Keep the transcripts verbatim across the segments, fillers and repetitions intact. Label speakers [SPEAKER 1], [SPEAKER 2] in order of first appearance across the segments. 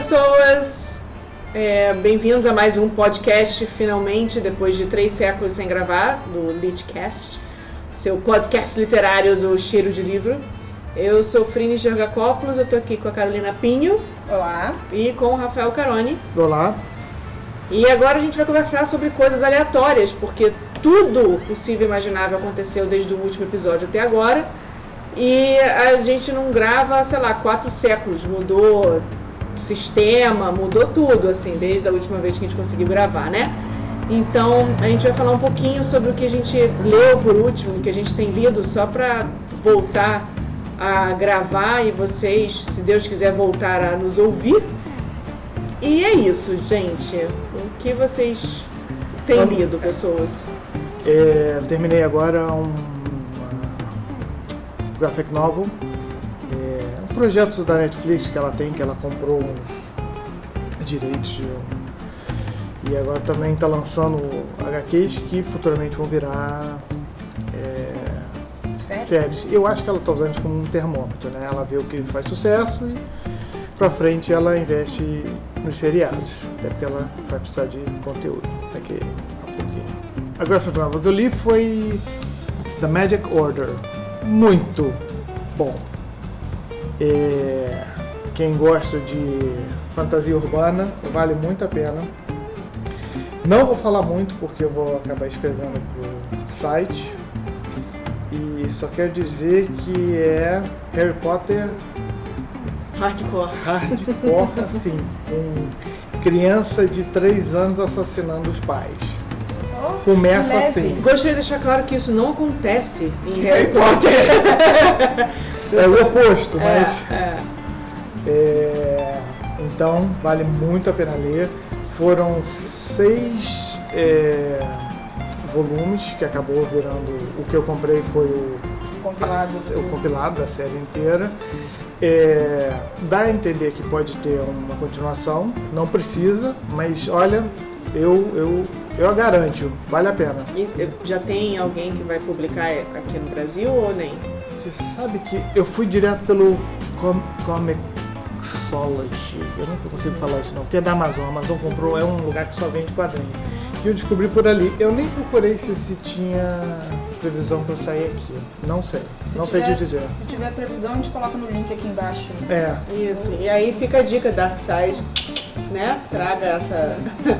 [SPEAKER 1] pessoas! É, bem-vindos a mais um podcast, finalmente, depois de três séculos sem gravar, do Litcast, seu podcast literário do Cheiro de Livro. Eu sou Frine Georgakopoulos, eu tô aqui com a Carolina Pinho.
[SPEAKER 2] Olá.
[SPEAKER 1] E com o Rafael Caroni.
[SPEAKER 3] Olá.
[SPEAKER 1] E agora a gente vai conversar sobre coisas aleatórias, porque tudo possível e imaginável aconteceu desde o último episódio até agora. E a gente não grava, sei lá, quatro séculos, mudou sistema, mudou tudo, assim, desde a última vez que a gente conseguiu gravar, né? Então, a gente vai falar um pouquinho sobre o que a gente leu por último, o que a gente tem lido, só para voltar a gravar e vocês, se Deus quiser, voltar a nos ouvir. E é isso, gente. O que vocês têm lido, pessoas?
[SPEAKER 3] É, terminei agora um graphic novel, é, um projeto da Netflix que ela tem, que ela comprou uns direitos de, e agora também está lançando agá quês que futuramente vão virar é, séries. Eu acho que ela está usando isso como um termômetro, né? Ela vê o que faz sucesso e pra frente ela investe nos seriados, até porque ela vai precisar de conteúdo daqui a pouquinho. A graphic novel que eu li foi The Magic Order. Muito bom. É, quem gosta de fantasia urbana, vale muito a pena. Não vou falar muito porque eu vou acabar escrevendo pro site. E só quero dizer que é Harry Potter
[SPEAKER 1] Hardcore.
[SPEAKER 3] Hardcore, assim, com criança de três anos assassinando os pais. Começa assim.
[SPEAKER 1] Gostaria de deixar claro que isso não acontece em Harry Potter.
[SPEAKER 3] É o oposto, mas...
[SPEAKER 1] É, é.
[SPEAKER 3] É, então, vale muito a pena ler. Foram seis é, volumes, que acabou virando... O que eu comprei foi o
[SPEAKER 2] compilado,
[SPEAKER 3] a, o compilado da série inteira. É, dá a entender que pode ter uma continuação. Não precisa, mas olha... Eu, eu, eu a garanto, vale a pena.
[SPEAKER 1] E já tem alguém que vai publicar aqui no Brasil ou nem?
[SPEAKER 3] Você sabe que eu fui direto pelo Com- Comixology, eu nunca consigo falar isso não, porque é da Amazon, a Amazon comprou, é um lugar que só vende quadrinho. E eu descobri por ali, eu nem procurei se, se tinha previsão para sair aqui, não sei,
[SPEAKER 2] se
[SPEAKER 3] não
[SPEAKER 2] tiver,
[SPEAKER 3] sei te dizer.
[SPEAKER 2] Se tiver previsão, a gente coloca no link aqui embaixo.
[SPEAKER 3] É.
[SPEAKER 1] Isso, e aí fica a dica, Darkseid, né? Traga essa...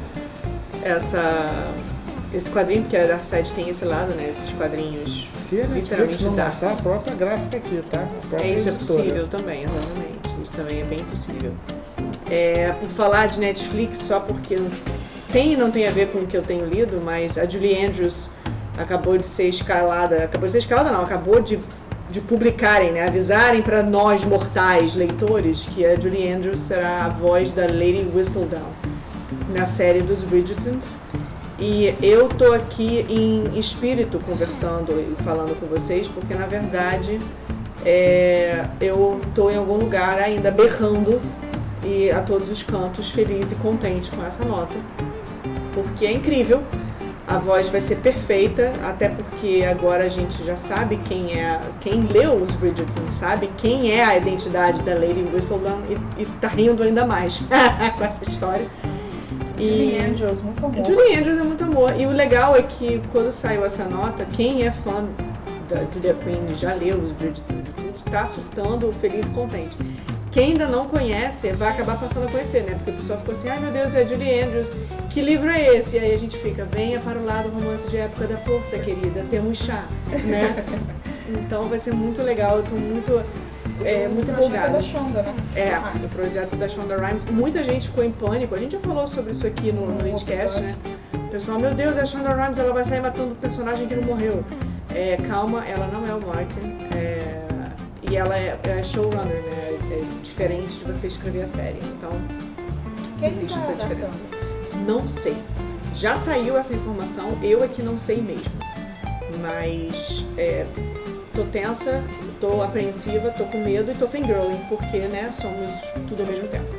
[SPEAKER 1] essa esse quadrinho, porque a Darkseid tem esse lado, né? Esses quadrinhos
[SPEAKER 3] se a Netflix
[SPEAKER 1] literalmente
[SPEAKER 3] não
[SPEAKER 1] darks.
[SPEAKER 3] lançar a própria gráfica aqui, tá?
[SPEAKER 1] É, isso é
[SPEAKER 3] editora.
[SPEAKER 1] possível também, exatamente. Isso também é bem possível. É, por falar de Netflix, só porque tem e não tem a ver com o que eu tenho lido, mas a Julie Andrews acabou de ser escalada, acabou de ser escalada não, acabou de, de publicarem, né? Avisarem para nós mortais, leitores, que a Julie Andrews será a voz da Lady Whistledown na série dos Bridgertons. E eu tô aqui em espírito conversando e falando com vocês, porque na verdade é, eu tô em algum lugar ainda berrando e a todos os cantos feliz e contente com essa nota, porque é incrível, a voz vai ser perfeita, até porque agora a gente já sabe quem é, quem leu os Bridgertons sabe quem é a identidade da Lady Whistledown e, e tá rindo ainda mais com essa história.
[SPEAKER 2] Julie Andrews, muito amor.
[SPEAKER 1] Julie Andrews é muito amor. E o legal é que quando saiu essa nota, quem é fã da Julia Quinn, já leu os Bridgertons e tudo, tá surtando feliz e contente. Quem ainda não conhece vai acabar passando a conhecer, né? Porque o pessoal ficou assim, ai meu Deus, é a Julie Andrews, que livro é esse? E aí a gente fica, venha para o lado romance de época da força, querida, temos chá, né? Então vai ser muito legal, eu tô muito... É, muito empolgada.
[SPEAKER 2] da Shonda, né?
[SPEAKER 1] É, o projeto da Shonda Rhimes. Muita gente ficou em pânico. A gente já falou sobre isso aqui no, no Litcast, né? O pessoal, meu Deus, a Shonda Rhimes, ela vai sair matando o personagem que não morreu. É, calma, ela não é o Martin. É, e ela é, é showrunner, né? É diferente de você escrever a série. Então,
[SPEAKER 2] Quem
[SPEAKER 1] existe
[SPEAKER 2] tá
[SPEAKER 1] essa diferença.
[SPEAKER 2] adaptando?
[SPEAKER 1] Não sei. Já saiu essa informação, eu é que não sei mesmo. Mas... É, tô tensa, tô apreensiva, tô com medo e tô fangirling, porque, né, somos tudo ao mesmo tempo.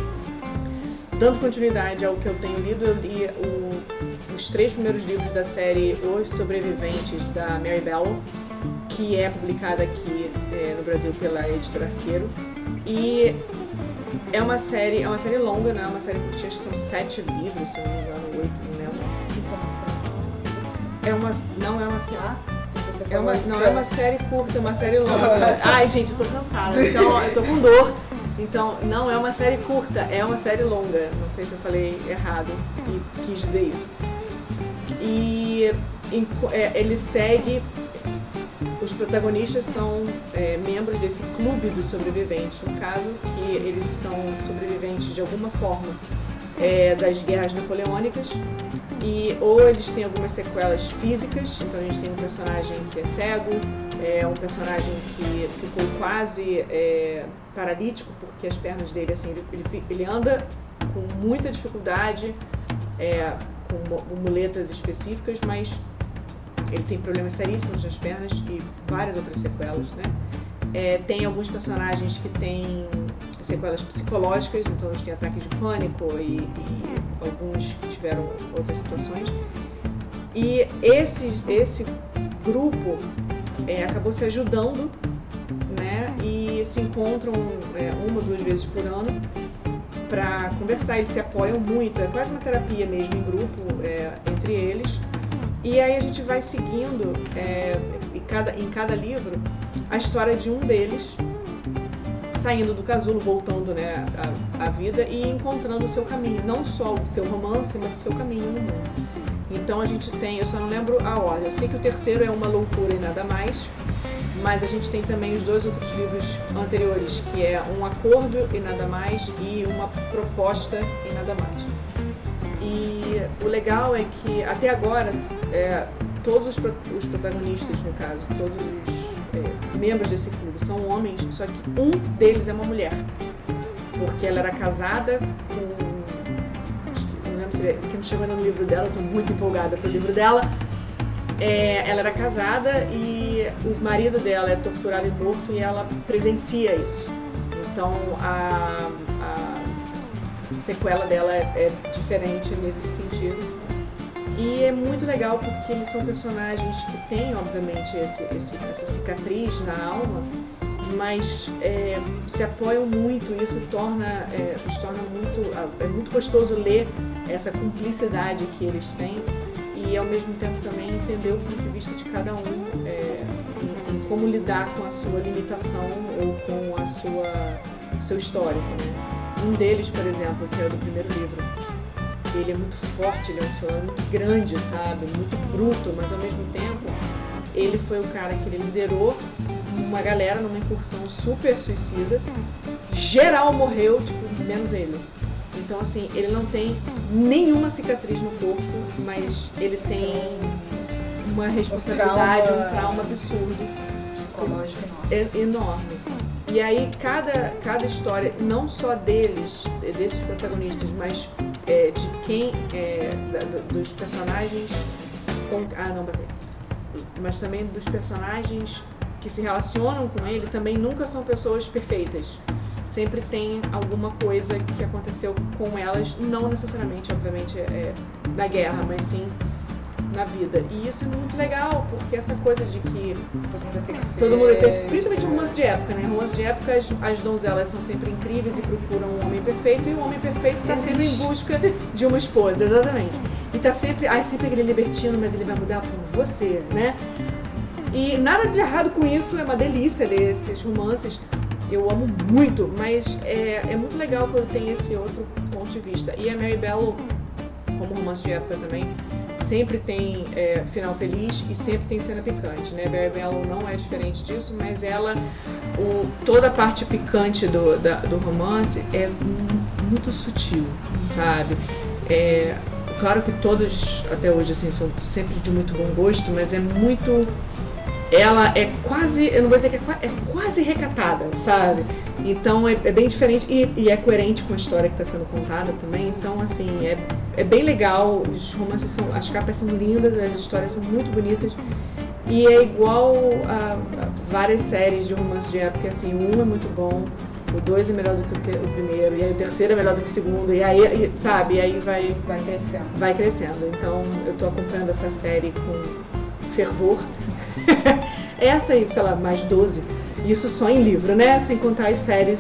[SPEAKER 1] Dando continuidade ao que eu tenho lido, eu li o, os três primeiros livros da série Os Sobreviventes, da Mary Bello, que é publicada aqui é, no Brasil pela Editora Arqueiro. E É uma série, é uma série longa, né? É uma série curtinha, acho que são sete livros, se eu não me engano, oito, não lembro.
[SPEAKER 2] Isso é uma série.
[SPEAKER 1] É uma, não é uma série.
[SPEAKER 2] Ah, você
[SPEAKER 1] É uma,
[SPEAKER 2] falou
[SPEAKER 1] não,
[SPEAKER 2] série.
[SPEAKER 1] é uma série curta, é uma série longa. Ai, gente, eu tô cansada, então ó, eu tô com dor. Então, não é uma série curta, é uma série longa. Não sei se eu falei errado e quis dizer isso. E em- é, ele segue. Os protagonistas são é, membros desse clube dos sobreviventes, no caso, que eles são sobreviventes de alguma forma é, das guerras napoleônicas, e ou eles têm algumas sequelas físicas. Então a gente tem um personagem que é cego, é um personagem que ficou quase é, paralítico, porque as pernas dele, assim, ele, ele, fi- ele anda com muita dificuldade, é, com mo- muletas específicas, mas ele tem problemas seríssimos nas pernas e várias outras sequelas, né? É, tem alguns personagens que têm sequelas psicológicas, então eles têm ataques de pânico e, e alguns que tiveram outras situações. E esse, esse grupo é, acabou se ajudando, né? E se encontram é, uma ou duas vezes por ano para conversar. Eles se apoiam muito, é quase uma terapia mesmo em grupo é, entre eles. E aí a gente vai seguindo é, em, cada, em cada livro a história de um deles saindo do casulo, voltando, né, à, à vida e encontrando o seu caminho, não só o teu romance, mas o seu caminho no mundo. Então a gente tem, eu só não lembro a ordem, eu sei que o terceiro é Uma Loucura e Nada Mais, mas a gente tem também os dois outros livros anteriores, que é Um Acordo e Nada Mais e Uma Proposta e Nada Mais. E o legal é que, até agora, é, todos os, pro- os protagonistas, no caso, todos os é, membros desse clube são homens, só que um deles é uma mulher. Porque ela era casada com... Acho que, não lembro se é, porque não chegou no livro dela, eu tô muito empolgada pro livro dela. É, ela era casada e o marido dela é torturado e morto e ela presencia isso. Então, a... a A sequela dela é, é diferente nesse sentido. E é muito legal porque eles são personagens que têm, obviamente, esse, esse, essa cicatriz na alma, mas é, se apoiam muito e isso torna, é, os torna muito, é muito gostoso ler essa cumplicidade que eles têm e, ao mesmo tempo, também entender o ponto de vista de cada um é, em, em como lidar com a sua limitação ou com a sua, o seu histórico, né? Um deles, por exemplo, que é o do primeiro livro, ele é muito forte, ele é um soldado muito grande, sabe? Muito bruto, mas ao mesmo tempo ele foi o cara que ele liderou uma galera numa incursão super suicida. Geral morreu, tipo, menos ele. Então, assim, ele não tem nenhuma cicatriz no corpo, mas ele tem uma responsabilidade, um trauma absurdo.
[SPEAKER 2] Psicológico enorme.
[SPEAKER 1] É enorme. E aí cada, cada história, não só deles, desses protagonistas, mas é, de quem, é, da, do- dos personagens, com, ah não, batei. Mas também dos personagens que se relacionam com ele, também nunca são pessoas perfeitas. Sempre tem alguma coisa que aconteceu com elas, não necessariamente, obviamente, é, na guerra, mas sim na vida. E isso é muito legal, porque essa coisa de que
[SPEAKER 2] Todo mundo é perfeito.
[SPEAKER 1] todo mundo é perfeito, principalmente romance de época, né? Romance de época, as, as donzelas são sempre incríveis e procuram um homem perfeito, e o homem perfeito está sempre em busca de uma esposa, exatamente. E tá sempre, ai, sempre aquele libertino, mas ele vai mudar por você, né? E nada de errado com isso, é uma delícia ler esses romances. Eu amo muito, mas é, é muito legal quando tem esse outro ponto de vista. E a Mary Bellow, como romance de época também, sempre tem é, final feliz e sempre tem cena picante, né? Mary Bellow não é diferente disso, mas ela, o, toda a parte picante do, da, do romance é mu- muito sutil, sabe? É, claro que todos, até hoje, assim, são sempre de muito bom gosto, mas é muito... Ela é quase, eu não vou dizer que é, qua- é quase recatada, sabe? Então é, é bem diferente e, e é coerente com a história que está sendo contada também. Então, assim, é, é bem legal. Os romances são, as capas são lindas, as histórias são muito bonitas. E é igual a, a várias séries de romance de época, assim, o um é muito bom, o dois é melhor do que o, te- o primeiro, e aí o terceiro é melhor do que o segundo, e aí, e, sabe, e aí vai,
[SPEAKER 2] Vai crescendo.
[SPEAKER 1] vai crescendo. Então eu tô acompanhando essa série com fervor. Essa aí, sei lá, mais doze. Isso só em livro, né? Sem contar as séries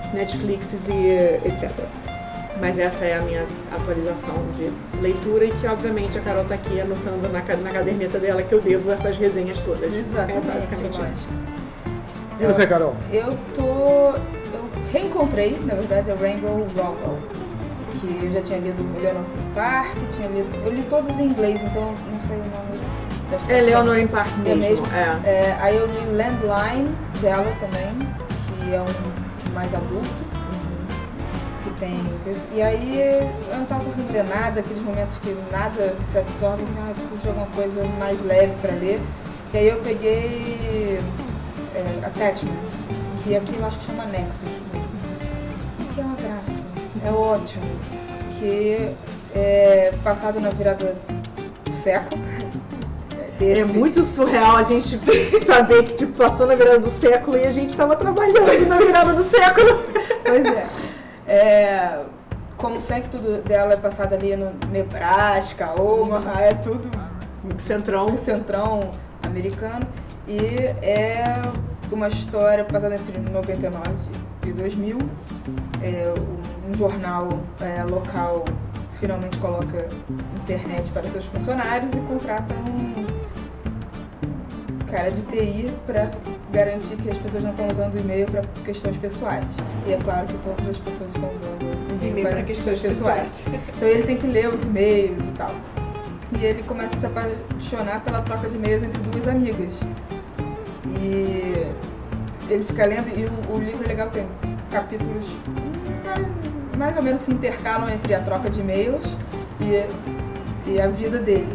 [SPEAKER 1] Netflix e etcétera. Mas essa é a minha atualização de leitura e que, obviamente, a Carol tá aqui anotando na, na caderneta dela que eu devo essas resenhas todas.
[SPEAKER 2] Exatamente.
[SPEAKER 1] É basicamente
[SPEAKER 2] eu
[SPEAKER 1] isso.
[SPEAKER 3] E você, Carol?
[SPEAKER 2] Eu tô... Eu reencontrei, na verdade, a Rainbow Rowell, que eu já tinha lido Eleanor Park, tinha lido... Eu li todos em inglês, então não sei o nome das
[SPEAKER 1] É Eleanor em Park
[SPEAKER 2] É
[SPEAKER 1] mesmo.
[SPEAKER 2] mesmo?
[SPEAKER 1] É.
[SPEAKER 2] É, aí eu li Landline dela também, que é um mais adulto. Que tem... E aí eu não tava conseguindo ler nada, aqueles momentos que nada se absorve, assim, ah, eu preciso de alguma coisa mais leve pra ler. E aí eu peguei é, Attachment, que aqui eu acho que chama Nexus, que é uma graça, é ótimo, que é passado na virada do século. Desse.
[SPEAKER 1] É muito surreal a gente saber que tipo, passou na virada do século e a gente tava trabalhando na virada do século.
[SPEAKER 2] Pois é. É, como sempre, tudo dela é passado ali no Nebraska, Omaha, é tudo
[SPEAKER 1] Centrão.
[SPEAKER 2] centrão americano. E é uma história passada entre noventa e nove e dois mil. É, um jornal é, local finalmente coloca internet para seus funcionários e contrata um cara de T I para garantir que as pessoas não estão usando e-mail para questões pessoais. E é claro que todas as pessoas estão usando
[SPEAKER 1] E-mail para questões pessoais.
[SPEAKER 2] Então ele tem que ler os e-mails e tal. E ele começa a se apaixonar pela troca de e-mails entre duas amigas. E ele fica lendo, e o, o livro é legal, tem capítulos mais, mais ou menos se intercalam entre a troca de e-mails e, e a vida dele.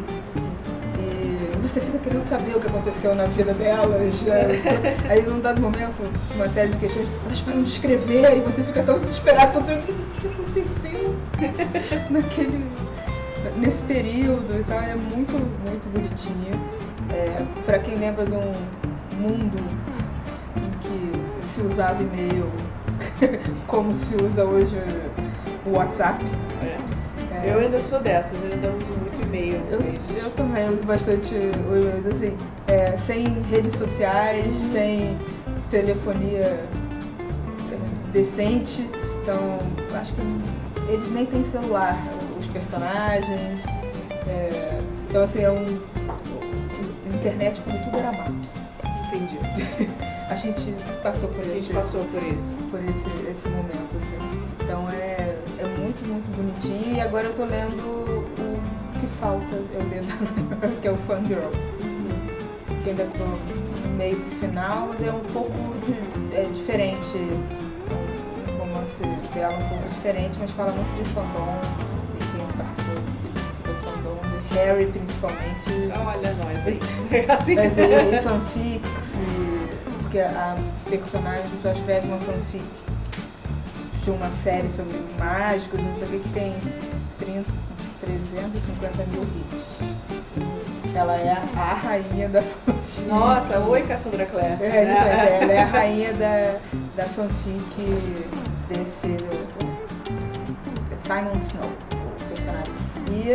[SPEAKER 2] Você fica querendo saber o que aconteceu na vida delas. Aí, num dado momento, uma série de questões, elas param de escrever e você fica tão desesperado contando o que aconteceu naquele, nesse período e tal. É muito, muito bonitinho. É, para quem lembra de um mundo em que se usava e-mail como se usa hoje o WhatsApp.
[SPEAKER 1] É. Eu ainda sou dessas, eu ainda uso muito e-mail.
[SPEAKER 2] Eu,
[SPEAKER 1] mas...
[SPEAKER 2] eu também uso bastante o e-mail, assim, é, sem redes sociais, sem telefonia é, decente. Então, acho que eles nem têm celular, os personagens. É, então, assim, é um. Internet quando tudo era mato.
[SPEAKER 1] Entendi.
[SPEAKER 2] A gente passou por
[SPEAKER 1] A gente
[SPEAKER 2] esse,
[SPEAKER 1] passou por isso.
[SPEAKER 2] por esse, esse momento, assim. Então é, é muito, muito bonitinho. E agora eu tô lendo o que falta eu ler, que é o Fangirl. Uhum. Que ainda tô no meio pro final, mas é um pouco de, é diferente. O romance dela é um pouco diferente, mas fala muito de fandom. E quem participou, participou do fandom, de Harry principalmente.
[SPEAKER 1] Olha nós aí.
[SPEAKER 2] Assim. Vai ver fanfics, e, porque a personagem que escreve uma fanfic de uma série sobre mágicos, não sei o que, que tem trinta, trezentos e cinquenta mil hits. Ela é a rainha da fanfic.
[SPEAKER 1] Nossa, oi Cassandra Clare.
[SPEAKER 2] É, é. Ela é a rainha da, da fanfic desse Simon Snow, o personagem. E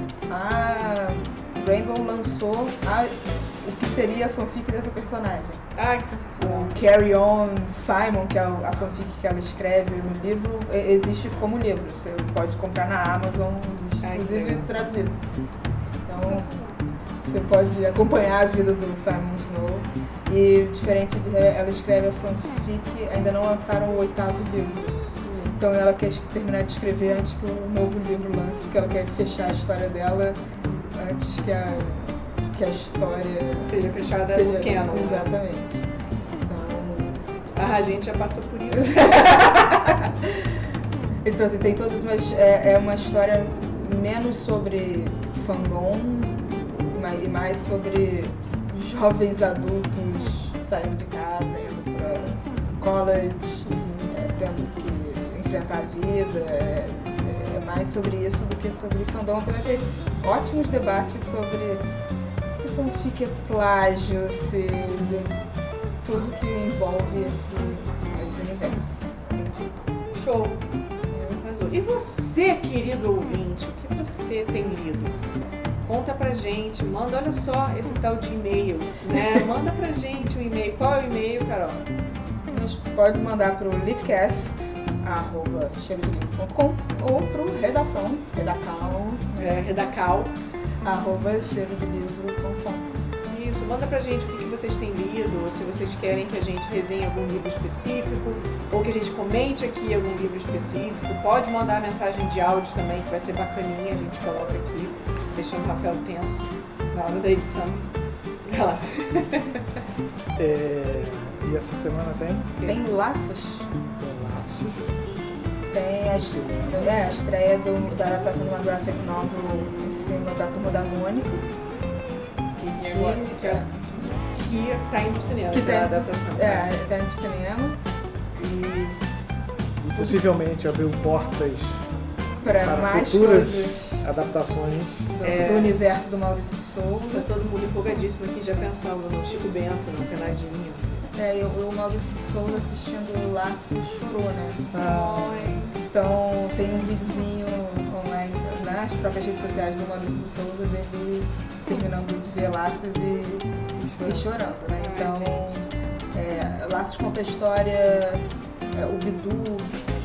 [SPEAKER 2] a Rainbow lançou a, o que seria a fanfic dessa personagem.
[SPEAKER 1] Ah, que sensacional.
[SPEAKER 2] O Carry On Simon, que é a fanfic que ela escreve no livro, existe como livro. Você pode comprar na Amazon, existe,
[SPEAKER 1] Ai,
[SPEAKER 2] inclusive traduzido. Então, você pode acompanhar a vida do Simon Snow. E, diferente de ela escreve a fanfic, ainda não lançaram o oitavo livro. Então, ela quer terminar de escrever antes que o novo livro lance, porque ela quer fechar a história dela antes que a, que a história
[SPEAKER 1] seja fechada
[SPEAKER 2] seja,
[SPEAKER 1] no canon.
[SPEAKER 2] Exatamente. Então,
[SPEAKER 1] ah, a gente já passou por isso.
[SPEAKER 2] Então, assim, tem todas umas... É, é uma história menos sobre fandom e mais sobre jovens adultos saindo de casa, indo pra college, uhum. é, tendo que enfrentar a vida. É, é mais sobre isso do que sobre fandom. Apesar de ter ótimos debates sobre se fanfic é plágio, se de, tudo que envolve esse, esse universo. Entendi.
[SPEAKER 1] Show! E você, querido ouvinte, o que você tem lido? Conta pra gente, manda, olha só esse tal de e-mail, né? Manda pra gente um e-mail. Qual é o e-mail, Carol?
[SPEAKER 2] Nos pode mandar pro litcast arroba cheiro de livro ponto com ou pro redação, redacal,
[SPEAKER 1] É, redacal.
[SPEAKER 2] arroba cheiro de livro ponto com.
[SPEAKER 1] Isso, manda pra gente o que, que vocês têm lido, ou se vocês querem que a gente resenhe algum livro específico, ou que a gente comente aqui algum livro específico. Pode mandar mensagem de áudio também, que vai ser bacaninha, a gente coloca aqui, deixando o Rafael tenso na hora da edição. Vai lá.
[SPEAKER 3] É, e essa semana tem?
[SPEAKER 2] Tem Laços,
[SPEAKER 3] Tem Laços.
[SPEAKER 2] tem a, est- é, a estreia do, da adaptação de uma graphic novel em cima da Turma da Mônica.
[SPEAKER 1] E agora, que, é- que tá indo pro cinema,
[SPEAKER 2] Que
[SPEAKER 1] da
[SPEAKER 2] tá,
[SPEAKER 1] adaptação.
[SPEAKER 2] é, tá indo pro cinema. E
[SPEAKER 3] E possivelmente abriu portas
[SPEAKER 2] para
[SPEAKER 3] para
[SPEAKER 2] mais
[SPEAKER 3] futuras
[SPEAKER 2] coisas
[SPEAKER 3] adaptações.
[SPEAKER 2] do,
[SPEAKER 1] É.
[SPEAKER 2] do universo do Maurício de
[SPEAKER 1] Tá
[SPEAKER 2] Souza.
[SPEAKER 1] todo mundo empolgadíssimo aqui, já pensando no Chico Bento, no Penadinho.
[SPEAKER 2] É, eu, o Maurício de Souza assistindo Laços chorou, né?
[SPEAKER 3] Ah,
[SPEAKER 1] Ai,
[SPEAKER 2] Então tem um videozinho online nas próprias redes sociais do Maurício de Souza dele terminando de ver Laços e, e chorando, né? Então, é, Laços conta a história, é, o Bidu,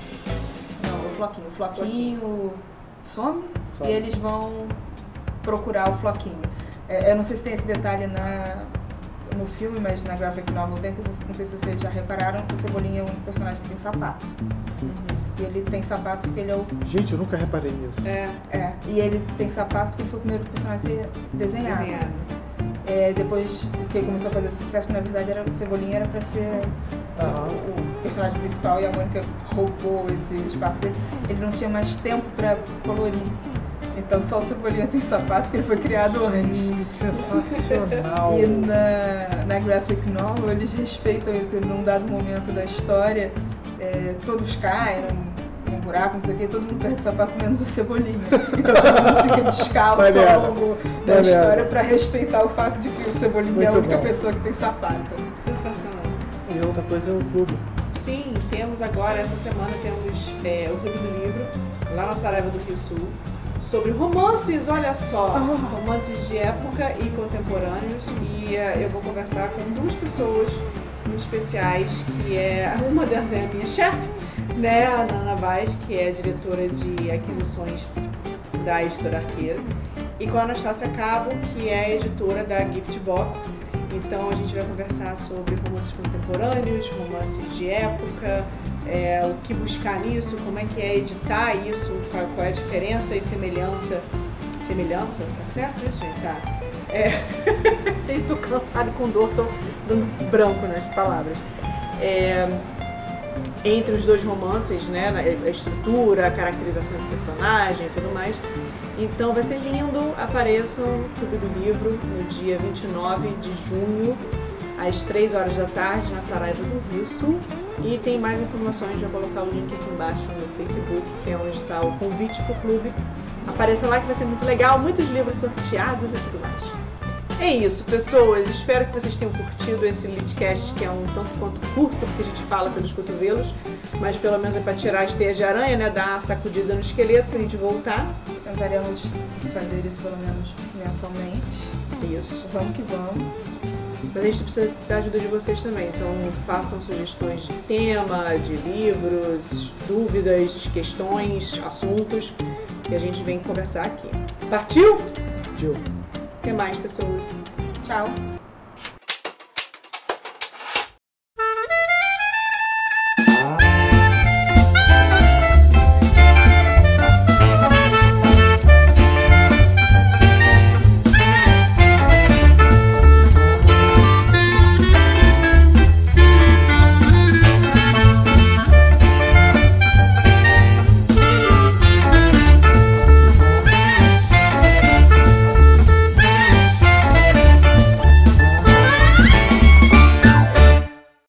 [SPEAKER 2] não, o Floquinho, o Floquinho some,
[SPEAKER 3] Some.
[SPEAKER 2] e eles vão procurar o Floquinho. É, eu não sei se tem esse detalhe na, no filme, mas na graphic novel tem, porque vocês- não sei se vocês já repararam que o Cebolinha é um personagem que tem sapato. E ele tem sapato porque ele é o.
[SPEAKER 3] gente, eu nunca reparei nisso.
[SPEAKER 1] é,
[SPEAKER 2] É, e ele tem sapato porque ele foi o primeiro personagem a ser desenhado.
[SPEAKER 1] desenhado.
[SPEAKER 2] É, depois que ele começou a fazer sucesso, que na verdade era, o Cebolinha era pra ser
[SPEAKER 3] Aham.
[SPEAKER 2] o, o personagem principal e a Mônica roubou esse espaço dele. Ele não tinha mais tempo pra colorir. Então só o Cebolinha tem sapato porque ele foi criado antes.
[SPEAKER 3] Gente, sensacional.
[SPEAKER 2] E na, na graphic novel eles respeitam isso. Num dado momento da história, é, todos caem num, num buraco, não sei o que, todo mundo perde sapato menos o Cebolinha. Então todo mundo fica descalço
[SPEAKER 3] Maneiro.
[SPEAKER 2] ao longo da
[SPEAKER 3] Maneiro.
[SPEAKER 2] história pra respeitar o fato de que o Cebolinha é a
[SPEAKER 3] Muito
[SPEAKER 2] única
[SPEAKER 3] bom.
[SPEAKER 2] pessoa que tem sapato.
[SPEAKER 1] Sensacional.
[SPEAKER 3] E outra coisa é o clube.
[SPEAKER 1] Sim, temos agora, essa semana, temos é, o Clube do Livro, lá na Saraiva do Rio Sul, sobre romances, olha só,
[SPEAKER 2] Oh.
[SPEAKER 1] romances de época e contemporâneos, e é, eu vou conversar com duas pessoas muito especiais, que é, uma delas é a minha chefe, né, a Nana Vaz, que é diretora de aquisições da Editora Arqueira, e com a Anastácia Cabo, que é a editora da Gift Box. Então a gente vai conversar sobre romances contemporâneos, romances de época, é, o que buscar nisso, como é que é editar isso, qual, qual é a diferença e semelhança. Semelhança? Tá certo isso, gente? Tá. É. Eu tô cansado com dor, tô dando branco nas palavras. É, entre os dois romances, né, a estrutura, a caracterização do personagem e tudo mais. Então vai ser lindo, apareçam no Clube do Livro no dia vinte e nove de junho, às três horas da tarde, na Saraiva do Rio Sul. E tem mais informações, vou colocar o link aqui embaixo no Facebook, que é onde está o convite para o clube. Apareça lá que vai ser muito legal, muitos livros sorteados e tudo mais. É isso, pessoas. Espero que vocês tenham curtido esse Litcast, que é um tanto quanto curto, porque a gente fala pelos cotovelos, mas pelo menos é para tirar as teias de aranha, né? Dar uma sacudida no esqueleto pra gente voltar.
[SPEAKER 2] Tentaremos fazer isso pelo menos mensalmente.
[SPEAKER 1] Isso.
[SPEAKER 2] Vamos que vamos.
[SPEAKER 1] Mas a gente precisa da ajuda de vocês também, então façam sugestões de tema, de livros, dúvidas, questões, assuntos, que a gente vem conversar aqui. Partiu?
[SPEAKER 3] Tio.
[SPEAKER 1] Até mais, pessoas.
[SPEAKER 2] Tchau.